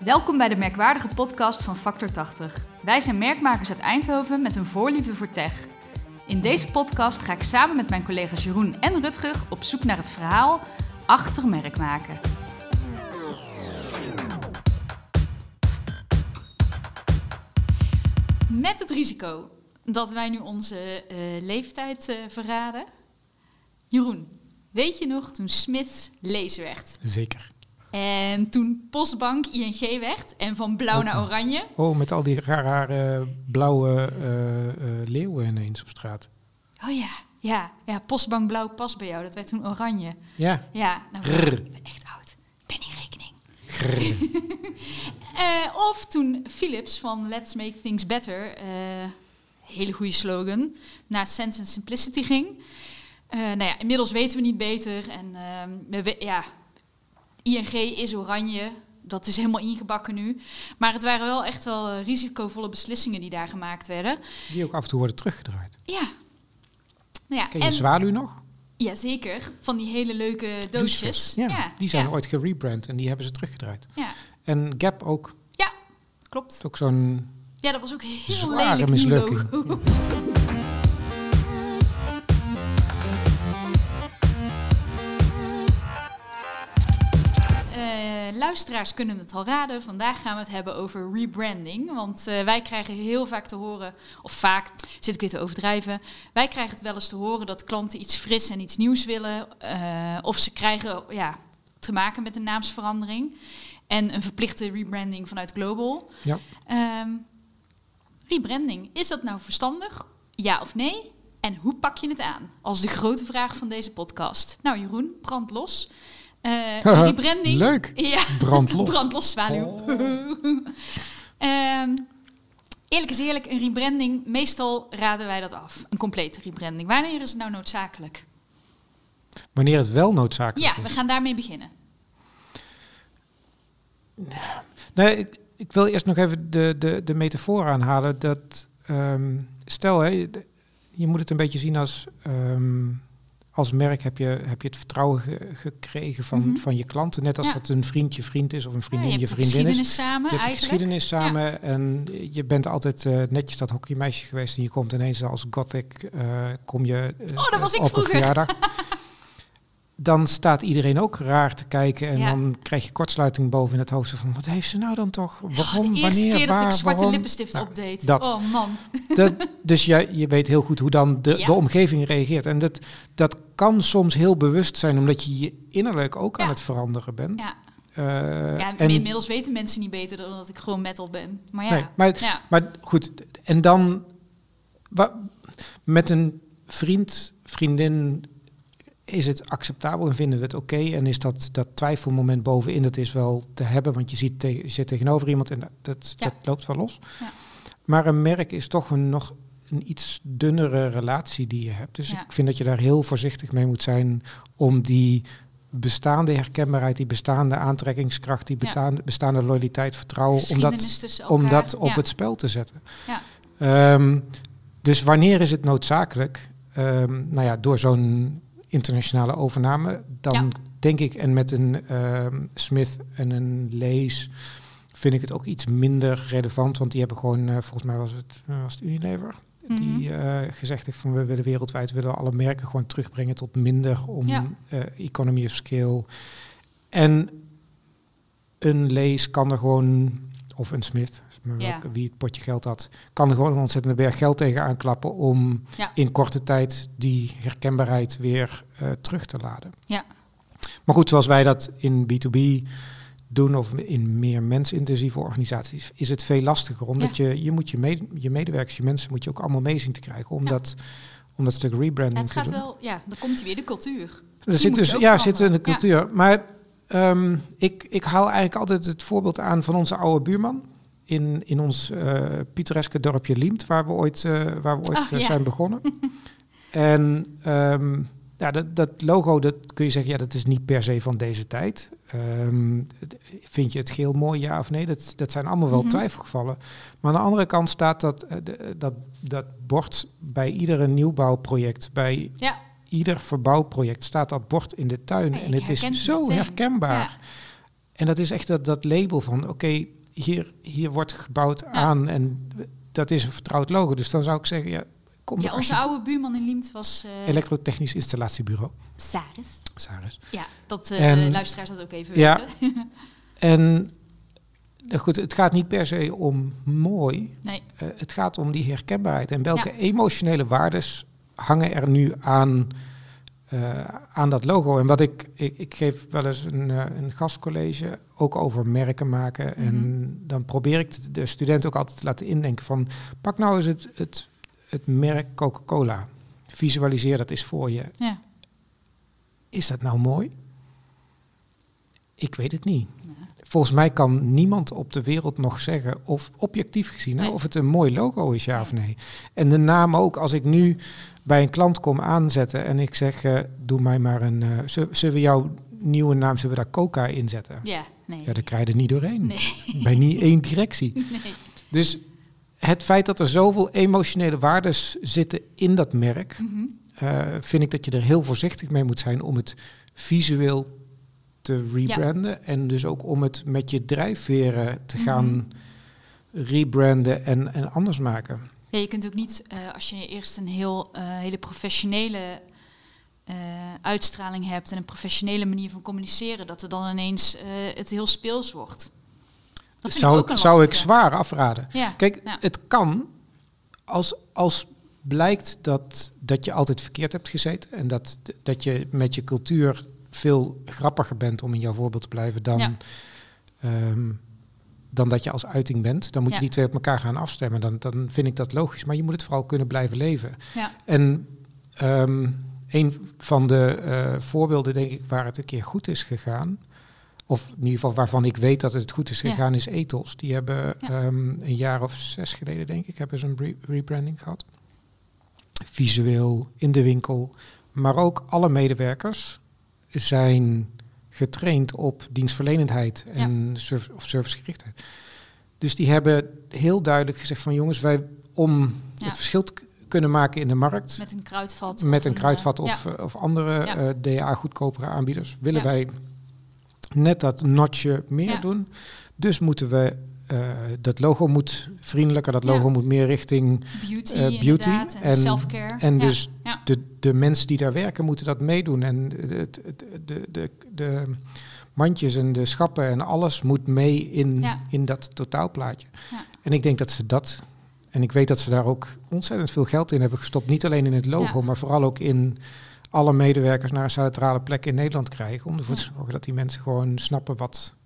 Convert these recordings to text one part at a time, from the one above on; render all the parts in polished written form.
Welkom bij de merkwaardige podcast van Factor 80. Wij zijn merkmakers uit Eindhoven met een voorliefde voor tech. In deze podcast ga ik samen met mijn collega's Jeroen en Rutger op zoek naar het verhaal achter merkmaken. Met het risico dat wij nu onze leeftijd verraden. Jeroen, weet je nog toen Smiths Lees werd? Zeker. En toen Postbank ING werd en van blauw naar oranje. Oh, met al die rare blauwe leeuwen ineens op straat. Oh ja, Postbank blauw past bij jou. Dat werd toen oranje. Ja. Ja, nou, ik ben echt oud. Pennyrekening. Of toen Philips van Let's Make Things Better, hele goede slogan, naar Sense and Simplicity ging. Inmiddels weten we niet beter. En ING is oranje. Dat is helemaal ingebakken nu. Maar het waren wel echt wel risicovolle beslissingen die daar gemaakt werden. Die ook af en toe worden teruggedraaid. Ja. Ken je Zwaluw nog? Jazeker. Van die hele leuke doosjes. Ja, die zijn ooit gerebrand en die hebben ze teruggedraaid. Ja. En Gap ook. Ja, klopt. Dat is ook zo'n dat was ook heel zware lelijk mislukking. logo. Luisteraars kunnen het al raden. Vandaag gaan we het hebben over rebranding. Want wij krijgen heel vaak te horen, of vaak, zit ik weer te overdrijven. Wij krijgen het wel eens te horen dat klanten iets fris en iets nieuws willen. Of ze krijgen te maken met een naamsverandering. En een verplichte rebranding vanuit Global. Ja. Rebranding, is dat nou verstandig? Ja of nee? En hoe pak je het aan? Als de grote vraag van deze podcast. Nou Jeroen, brand los. Rebranding. Leuk. Ja. Brandlos. Brandlos, Zwaluw. Oh. Eerlijk is eerlijk, een rebranding, meestal raden wij dat af. Een complete rebranding. Wanneer is het nou noodzakelijk? Wanneer het wel noodzakelijk is? Ja, we gaan daarmee beginnen. Nee, ik wil eerst nog even de metafoor aanhalen. Dat, stel, je moet het een beetje zien als merk heb je het vertrouwen gekregen van je klanten. Net als dat een vriend je vriend is of een vriendin je vriendin is. Samen, je hebt de geschiedenis samen en je bent altijd netjes dat hockeymeisje geweest. En je komt ineens als gothic kom je dat was ik op vroeger. een verjaardag. Dan staat iedereen ook raar te kijken. En dan krijg je kortsluiting boven in het hoofd. Van, wat heeft ze nou dan toch? Waarom, de eerste wanneer, keer waar, dat ik zwarte waarom? lippenstift update. Dat. Oh man. Dus je weet heel goed hoe dan de omgeving reageert. En dat kan soms heel bewust zijn. Omdat je innerlijk ook aan het veranderen bent. Ja. Inmiddels weten mensen niet beter dan dat ik gewoon metal ben. Maar ja. Nee, maar goed. En dan met een vriendin is het acceptabel en vinden we het oké? En is dat twijfelmoment bovenin, dat is wel te hebben, want je zit tegenover iemand en dat loopt wel los. Ja. Maar een merk is toch nog een iets dunnere relatie die je hebt. Dus ik vind dat je daar heel voorzichtig mee moet zijn om die bestaande herkenbaarheid, die bestaande aantrekkingskracht, die bestaande loyaliteit, vertrouwen, om dat op het spel te zetten. Ja. Dus wanneer is het noodzakelijk? Door zo'n internationale overname, dan denk ik, en met een Smith en een Lees vind ik het ook iets minder relevant, want die hebben gewoon, volgens mij was het Unilever, die gezegd heeft van we willen wereldwijd alle merken gewoon terugbrengen tot minder om economy of scale. En een Lees kan er gewoon, of een Smith, wie het potje geld had, kan er gewoon een ontzettende berg geld tegen aanklappen om in korte tijd die herkenbaarheid weer terug te laden. Ja. Maar goed, zoals wij dat in B2B doen of in meer mensintensieve organisaties, is het veel lastiger. Omdat je moet je medewerkers, je mensen moet je ook allemaal mee zien te krijgen om dat stuk rebranding te doen. Het gaat wel, dan komt weer de cultuur. Er zit in de cultuur. Ja. Maar ik haal eigenlijk altijd het voorbeeld aan van onze oude buurman. In ons pittoreske dorpje Liemt, waar we ooit zijn begonnen. En dat logo, dat kun je zeggen, dat is niet per se van deze tijd. Vind je het geel mooi, ja of nee? Dat zijn allemaal wel twijfelgevallen. Maar aan de andere kant staat dat bord bij iedere nieuwbouwproject, bij ieder verbouwproject staat dat bord in de tuin. En het is zo herkenbaar. Ja. En dat is echt dat label van, oké, hier wordt gebouwd aan en dat is een vertrouwd logo. Dus dan zou ik zeggen, onze oude buurman in Liemt was... Elektrotechnisch Installatiebureau. Saris. Ja, dat luisteraars dat ook even weten. En goed, het gaat niet per se om mooi. Nee. Het gaat om die herkenbaarheid. En welke emotionele waardes hangen er nu aan dat logo. En wat ik geef wel eens een gastcollege ook over merken maken. Mm-hmm. En dan probeer ik de studenten ook altijd te laten indenken van, pak nou eens het merk Coca-Cola. Visualiseer dat eens voor je. Ja. Is dat nou mooi? Ik weet het niet. Ja. Volgens mij kan niemand op de wereld nog zeggen, of objectief gezien, of het een mooi logo is, ja of nee. En de naam ook, als ik nu bij een klant kom aanzetten en ik zeg, doe mij maar zullen we jouw nieuwe naam, zullen we daar Coca in zetten? Ja, nee. Ja, daar krijg je er niet doorheen. Nee. Bij niet één directie. Nee. Dus het feit dat er zoveel emotionele waardes zitten in dat merk, vind ik dat je er heel voorzichtig mee moet zijn om het visueel te rebranden. En dus ook om het met je drijfveren te gaan rebranden en anders maken. Ja, je kunt ook niet, als je eerst een hele professionele uitstraling hebt en een professionele manier van communiceren, dat er dan ineens het heel speels wordt. Dat zou ik zwaar afraden. Ja. Kijk, het kan als blijkt dat je altijd verkeerd hebt gezeten en dat je met je cultuur veel grappiger bent, om in jouw voorbeeld te blijven, dan dat je als uiting bent. Dan moet je die twee op elkaar gaan afstemmen. Dan vind ik dat logisch. Maar je moet het vooral kunnen blijven leven. Ja. En een van de voorbeelden, denk ik, waar het een keer goed is gegaan, of in ieder geval waarvan ik weet dat het goed is gegaan, is Ethos. Die hebben een jaar of 6 geleden, denk ik, hebben ze een rebranding gehad. Visueel, in de winkel. Maar ook alle medewerkers zijn getraind op dienstverlenendheid en servicegerichtheid. Dus die hebben heel duidelijk gezegd van, jongens, wij om het verschil te kunnen maken in de markt, met een kruidvat of andere DA goedkopere aanbieders, willen wij net dat notje meer doen. Dus moeten we dat logo moet vriendelijker, dat logo moet meer richting beauty en self-care. En dus de mensen die daar werken moeten dat meedoen. En de mandjes en de schappen en alles moet mee in dat totaalplaatje. Ja. En ik denk dat ze dat, en ik weet dat ze daar ook ontzettend veel geld in hebben gestopt. Niet alleen in het logo, maar vooral ook in alle medewerkers naar een centrale plek in Nederland krijgen. Om ervoor te zorgen dat die mensen gewoon snappen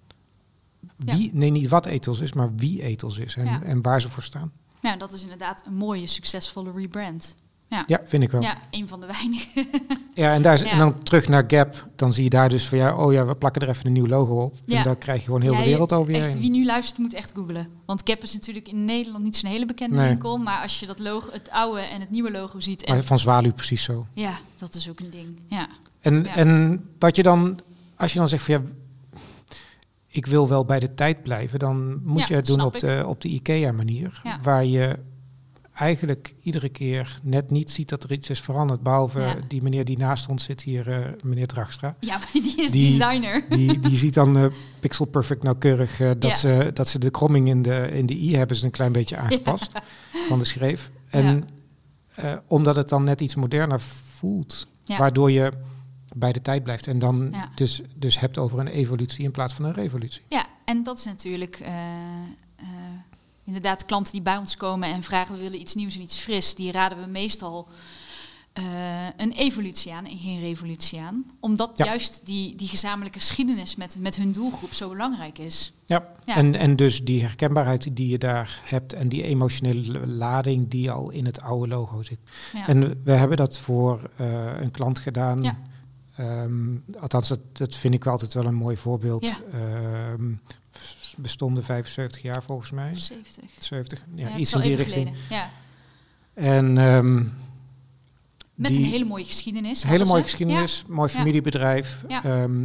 niet wat Ethos is, maar wie Ethos is en waar ze voor staan. Ja, dat is inderdaad een mooie, succesvolle rebrand. Ja, vind ik wel. Ja, een van de weinigen. Ja, en dan terug naar Gap, dan zie je daar dus van we plakken er even een nieuw logo op. En daar krijg je gewoon heel de wereld over je heen. Wie nu luistert moet echt googlen. Want Gap is natuurlijk in Nederland niet zo'n hele bekende winkel, maar als je dat logo, het oude en het nieuwe logo ziet. Maar van Zwaluw precies zo. Ja, dat is ook een ding. Ja. En wat je dan, als je dan zegt van ik wil wel bij de tijd blijven, dan moet je het doen op de IKEA-manier. Ja. Waar je eigenlijk iedere keer net niet ziet dat er iets is veranderd. Behalve die meneer die naast ons zit hier, meneer Dragstra. Ja, maar die is designer. Die ziet dan pixel perfect nauwkeurig dat ze de kromming in de i hebben ze een klein beetje aangepast van de schreef. En omdat het dan net iets moderner voelt, waardoor je bij de tijd blijft. En dan dus hebt over een evolutie in plaats van een revolutie. Ja, en dat is natuurlijk inderdaad klanten die bij ons komen en vragen, we willen iets nieuws en iets fris. Die raden we meestal een evolutie aan en geen revolutie aan. Omdat juist die gezamenlijke geschiedenis met hun doelgroep zo belangrijk is. Ja. En dus die herkenbaarheid die je daar hebt en die emotionele lading die al in het oude logo zit. Ja. En we hebben dat voor een klant gedaan. Ja. Althans, dat vind ik altijd wel een mooi voorbeeld. Ja. Bestonden 75 jaar volgens mij. 70, iets in die richting. Ja. En met een hele mooie geschiedenis. Hele mooie geschiedenis, mooi familiebedrijf. Ja.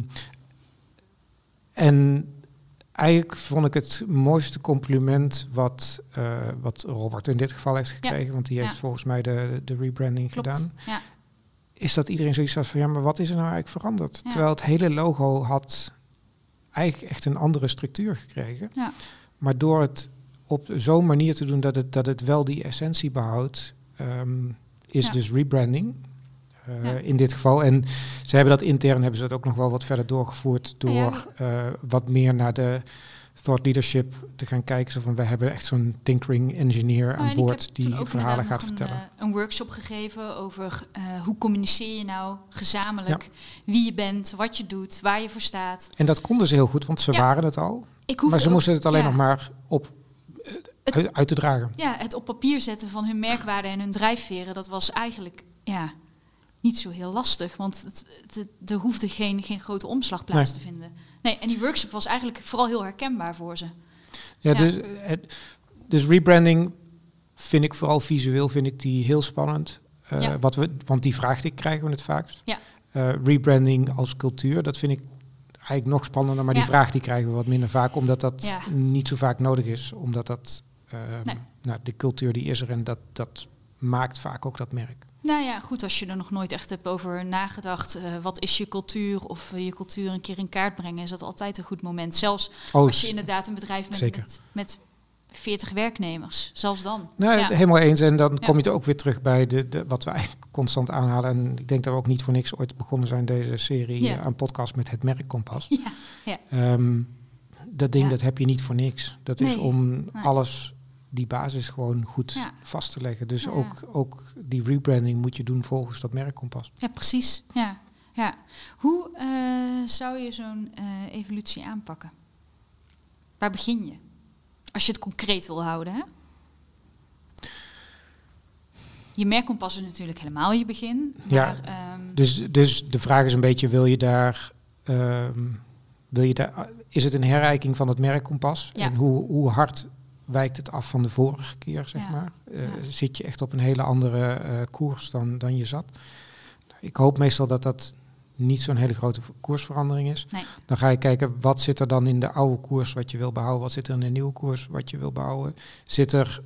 En eigenlijk vond ik het mooiste compliment wat Robert in dit geval heeft gekregen, want die heeft volgens mij de rebranding gedaan. Ja. Is dat iedereen zoiets had van, maar wat is er nou eigenlijk veranderd? Ja. Terwijl het hele logo had eigenlijk echt een andere structuur gekregen. Ja. Maar door het op zo'n manier te doen dat het wel die essentie behoudt, is dus rebranding in dit geval. En ze hebben dat intern ook nog wel wat verder doorgevoerd door wat meer naar de thought leadership te gaan kijken. Zo van, we hebben echt zo'n tinkering engineer aan boord die verhalen gaat vertellen. Een workshop gegeven over hoe communiceer je nou gezamenlijk, wie je bent, wat je doet, waar je voor staat. En dat konden ze heel goed, want ze waren het al. Maar ze moesten het alleen nog maar uit te dragen. Ja, het op papier zetten van hun merkwaarden en hun drijfveren, dat was eigenlijk niet zo heel lastig. Want er hoefde geen grote omslag plaats te vinden. Nee, en die workshop was eigenlijk vooral heel herkenbaar voor ze. Ja. Dus rebranding vind ik vooral visueel die heel spannend. Want die vraag krijgen we het vaakst. Ja. Rebranding als cultuur, dat vind ik eigenlijk nog spannender. Maar die vraag die krijgen we wat minder vaak, omdat dat niet zo vaak nodig is. Omdat dat de cultuur die is er en dat maakt vaak ook dat merk. Nou ja, goed, als je er nog nooit echt hebt over nagedacht, wat is je cultuur of je cultuur een keer in kaart brengen, is dat altijd een goed moment. Zelfs als je inderdaad een bedrijf bent met 40 werknemers, zelfs dan. Helemaal eens. En dan kom je er ook weer terug bij wat we eigenlijk constant aanhalen. En ik denk dat we ook niet voor niks ooit begonnen zijn deze serie aan podcast met het merkkompas. Dat ding, dat heb je niet voor niks. Dat is om alles, die basis gewoon goed vast te leggen. Dus ook die rebranding moet je doen volgens dat merkkompas. Ja, precies. Ja. Hoe zou je zo'n evolutie aanpakken? Waar begin je? Als je het concreet wil houden, hè? Je merkkompas is natuurlijk helemaal je begin. Maar, dus de vraag is een beetje, wil je daar is het een herijking van het merkkompas? Ja. En hoe hard wijkt het af van de vorige keer, zeg maar? Zit je echt op een hele andere koers dan je zat? Ik hoop meestal dat niet zo'n hele grote koersverandering is. Nee. Dan ga je kijken, wat zit er dan in de oude koers wat je wil behouden? Wat zit er in de nieuwe koers wat je wil behouden? Zitten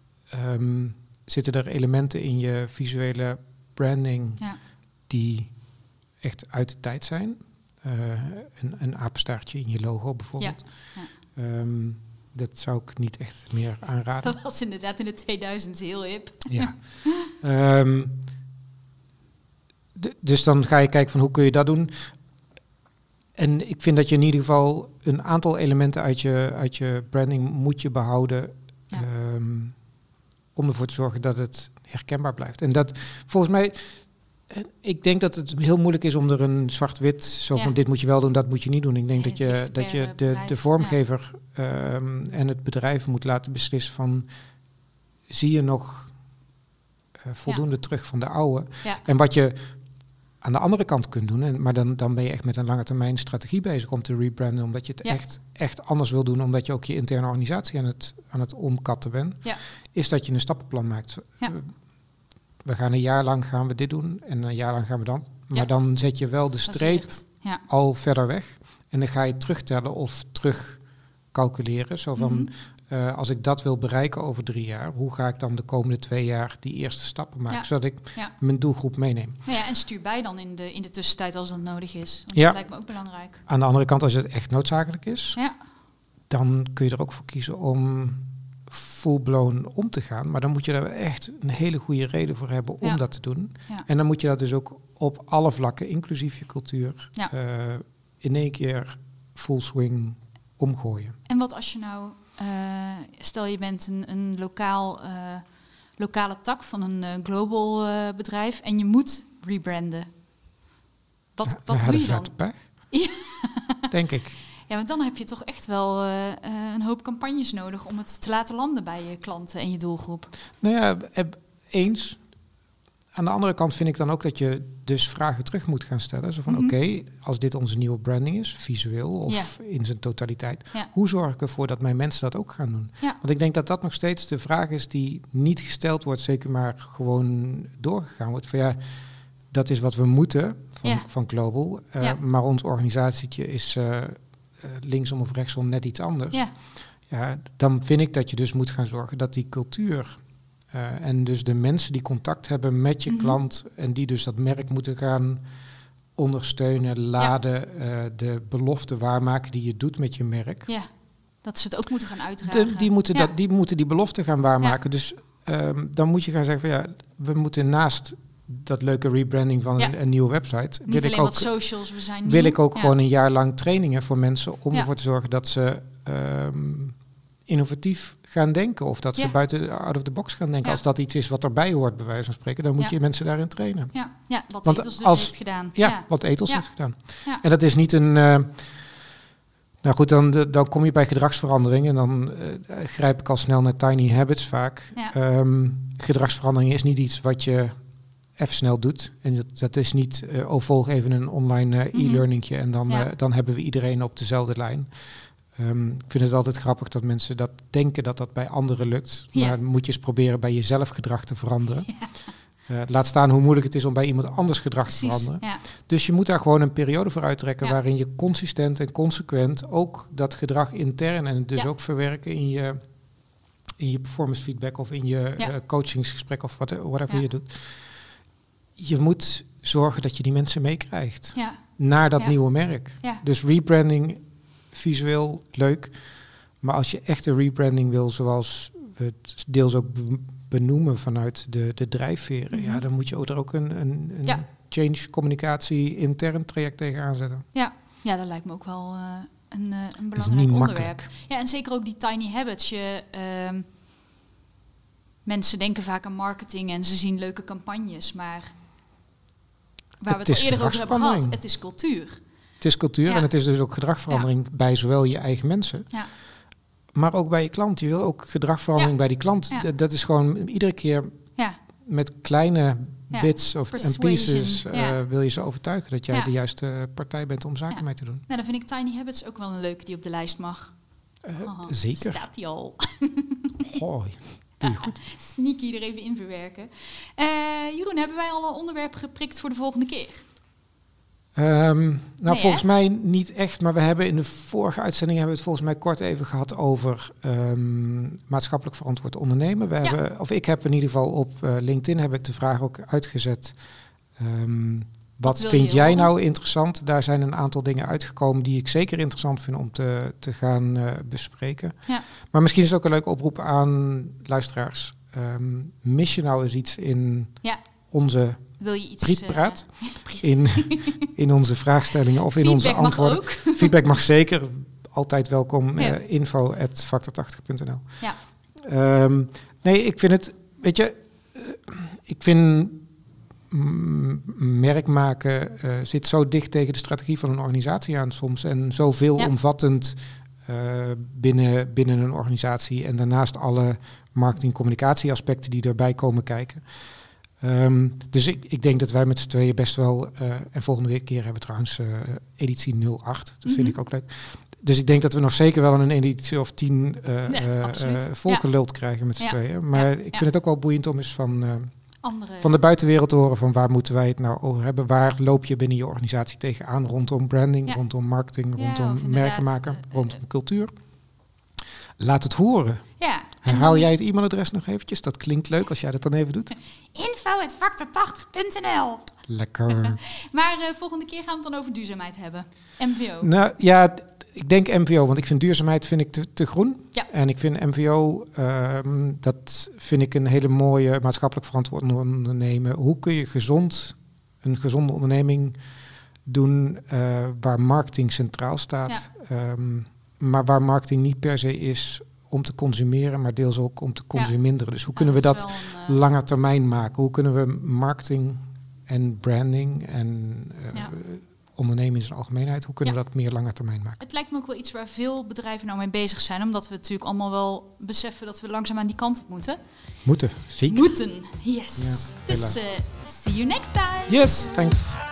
er elementen in je visuele branding die echt uit de tijd zijn? Een apenstaartje in je logo bijvoorbeeld. Ja. Dat zou ik niet echt meer aanraden. Dat was inderdaad in de 2000 heel hip. Ja. Dus dan ga je kijken van hoe kun je dat doen. En ik vind dat je in ieder geval een aantal elementen uit je branding moet je behouden. Ja. Om ervoor te zorgen dat het herkenbaar blijft. En dat volgens mij, ik denk dat het heel moeilijk is om er een zwart-wit van dit moet je wel doen, dat moet je niet doen. Ik denk dat je de vormgever en het bedrijf moet laten beslissen van, zie je nog voldoende terug van de oude? Ja. En wat je aan de andere kant kunt doen, maar dan ben je echt met een lange termijn strategie bezig om te rebranden, omdat je het echt anders wil doen, omdat je ook je interne organisatie aan het omkatten bent, is dat je een stappenplan maakt. Ja. We gaan een jaar lang gaan we dit doen en een jaar lang gaan we dan. Maar dan zet je wel de streep al verder weg en dan ga je terugtellen of terugcalculeren. Zo van, als ik dat wil bereiken over 3 jaar, hoe ga ik dan de komende 2 jaar die eerste stappen maken, zodat ik mijn doelgroep meeneem. Ja, en stuur bij dan in de tussentijd als dat nodig is. Want dat lijkt me ook belangrijk. Aan de andere kant, als het echt noodzakelijk is, dan kun je er ook voor kiezen om full-blown om te gaan. Maar dan moet je daar echt een hele goede reden voor hebben om dat te doen. Ja. En dan moet je dat dus ook op alle vlakken, inclusief je cultuur, in 1 keer full swing omgooien. En wat als je nou, stel je bent een lokale tak van een global bedrijf en je moet rebranden. Wat doe je dan? Pech, denk ik. Ja, want dan heb je toch echt wel een hoop campagnes nodig om het te laten landen bij je klanten en je doelgroep. Nou ja, eens. Aan de andere kant vind ik dan ook dat je dus vragen terug moet gaan stellen. Zo van oké, als dit onze nieuwe branding is, visueel of in zijn totaliteit, hoe zorg ik ervoor dat mijn mensen dat ook gaan doen? Ja. Want ik denk dat dat nog steeds de vraag is die niet gesteld wordt, zeker maar gewoon doorgegaan wordt. Van dat is wat we moeten van Global, maar ons organisatietje is linksom of rechtsom net iets anders. Ja, dan vind ik dat je dus moet gaan zorgen dat die cultuur en dus de mensen die contact hebben met je klant en die dus dat merk moeten gaan ondersteunen, laden, de belofte waarmaken die je doet met je merk. Ja, dat ze het ook moeten gaan uitdragen. Die moeten die belofte gaan waarmaken. Dus dan moet je gaan zeggen van we moeten naast dat leuke rebranding van een nieuwe website. Niet alleen wat socials, we zijn wil ik ook gewoon een jaar lang trainingen voor mensen om ervoor te zorgen dat ze innovatief gaan denken. Of dat ze buiten out of the box gaan denken. Ja. Als dat iets is wat erbij hoort, bij wijze van spreken, dan moet je mensen daarin trainen. Ja, wat Ethos dus heeft gedaan. Ja, wat Ethos heeft gedaan. Ja. En dat is niet een... nou goed, dan kom je bij gedragsverandering en dan grijp ik al snel naar tiny habits vaak. Ja. Gedragsverandering is niet iets wat je even snel doet. En dat is niet, volg even een online e-learningje en dan hebben we iedereen op dezelfde lijn. Ik vind het altijd grappig dat mensen dat denken dat dat bij anderen lukt. Ja. Maar moet je eens proberen bij jezelf gedrag te veranderen. Ja. Laat staan hoe moeilijk het is om bij iemand anders gedrag te veranderen. Ja. Dus je moet daar gewoon een periode voor uittrekken waarin je consistent en consequent ook dat gedrag intern en dus ook verwerken in je performance feedback of in je coachingsgesprek of whatever je doet. Je moet zorgen dat je die mensen meekrijgt naar dat nieuwe merk. Ja. Dus rebranding, visueel, leuk. Maar als je echt een rebranding wil, zoals we het deels ook benoemen vanuit de drijfveren, dan moet je er ook een change communicatie intern traject tegenaan zetten. Ja, dat lijkt me ook wel een belangrijk onderwerp. Ja, en zeker ook die tiny habits. Mensen denken vaak aan marketing en ze zien leuke campagnes, maar waar we het al eerder over hebben gehad, het is cultuur. Het is cultuur en het is dus ook gedragverandering bij zowel je eigen mensen, maar ook bij je klant. Je wil ook gedragverandering bij die klant. Ja. Dat is gewoon iedere keer met kleine bits en pieces wil je ze overtuigen dat jij de juiste partij bent om zaken mee te doen. Nou, dan vind ik tiny habits ook wel een leuke die op de lijst mag. Zeker. Staat die al. Doe je goed. Sneaky er even in verwerken. Jeroen, hebben wij al een onderwerp geprikt voor de volgende keer? Volgens mij niet echt, maar we hebben in de vorige uitzending hebben we het volgens mij kort even gehad over maatschappelijk verantwoord ondernemen. Ik heb in ieder geval op LinkedIn heb ik de vraag ook uitgezet. Wat vind jij nou interessant? Daar zijn een aantal dingen uitgekomen die ik zeker interessant vind om te gaan bespreken. Ja. Maar misschien is het ook een leuke oproep aan luisteraars. Mis je nou eens iets in onze Prietpraat? In onze vraagstellingen of in onze antwoorden. Mag ook. Feedback mag zeker. Altijd welkom. info@factor80.nl. Ja. Nee, ik vind het... Weet je, ik vind... merk maken zit zo dicht tegen de strategie van een organisatie aan soms. En zo veelomvattend binnen een organisatie. En daarnaast alle marketing-communicatie aspecten die erbij komen kijken. Dus ik denk dat wij met z'n tweeën best wel... en volgende keer hebben we trouwens editie 08. Dat vind ik ook leuk. Dus ik denk dat we nog zeker wel een editie of 10 volgeluld krijgen met z'n tweeën. Maar ik vind het ook wel boeiend om eens van de buitenwereld te horen van waar moeten wij het nou over hebben. Waar loop je binnen je organisatie tegenaan rondom branding, rondom marketing, rondom merken maken, rondom cultuur. Laat het horen. Ja, herhaal jij het e-mailadres nog eventjes? Dat klinkt leuk als jij dat dan even doet. info@factor80.nl. Lekker. Maar volgende keer gaan we het dan over duurzaamheid hebben. MVO. Nou ja, ik denk MVO, want ik vind duurzaamheid te groen. Ja. En ik vind MVO, dat vind ik een hele mooie maatschappelijk verantwoord ondernemen. Hoe kun je een gezonde onderneming doen waar marketing centraal staat. Ja. Maar waar marketing niet per se is om te consumeren, maar deels ook om te consuminderen. Dus hoe kunnen we dat langer termijn maken? Hoe kunnen we marketing en branding en ondernemen in zijn algemeenheid, hoe kunnen we dat meer langer termijn maken? Het lijkt me ook wel iets waar veel bedrijven nou mee bezig zijn, omdat we natuurlijk allemaal wel beseffen dat we langzaam aan die kant op moeten. Moeten, zeker. Moeten, yes. Ja, dus see you next time. Yes, thanks.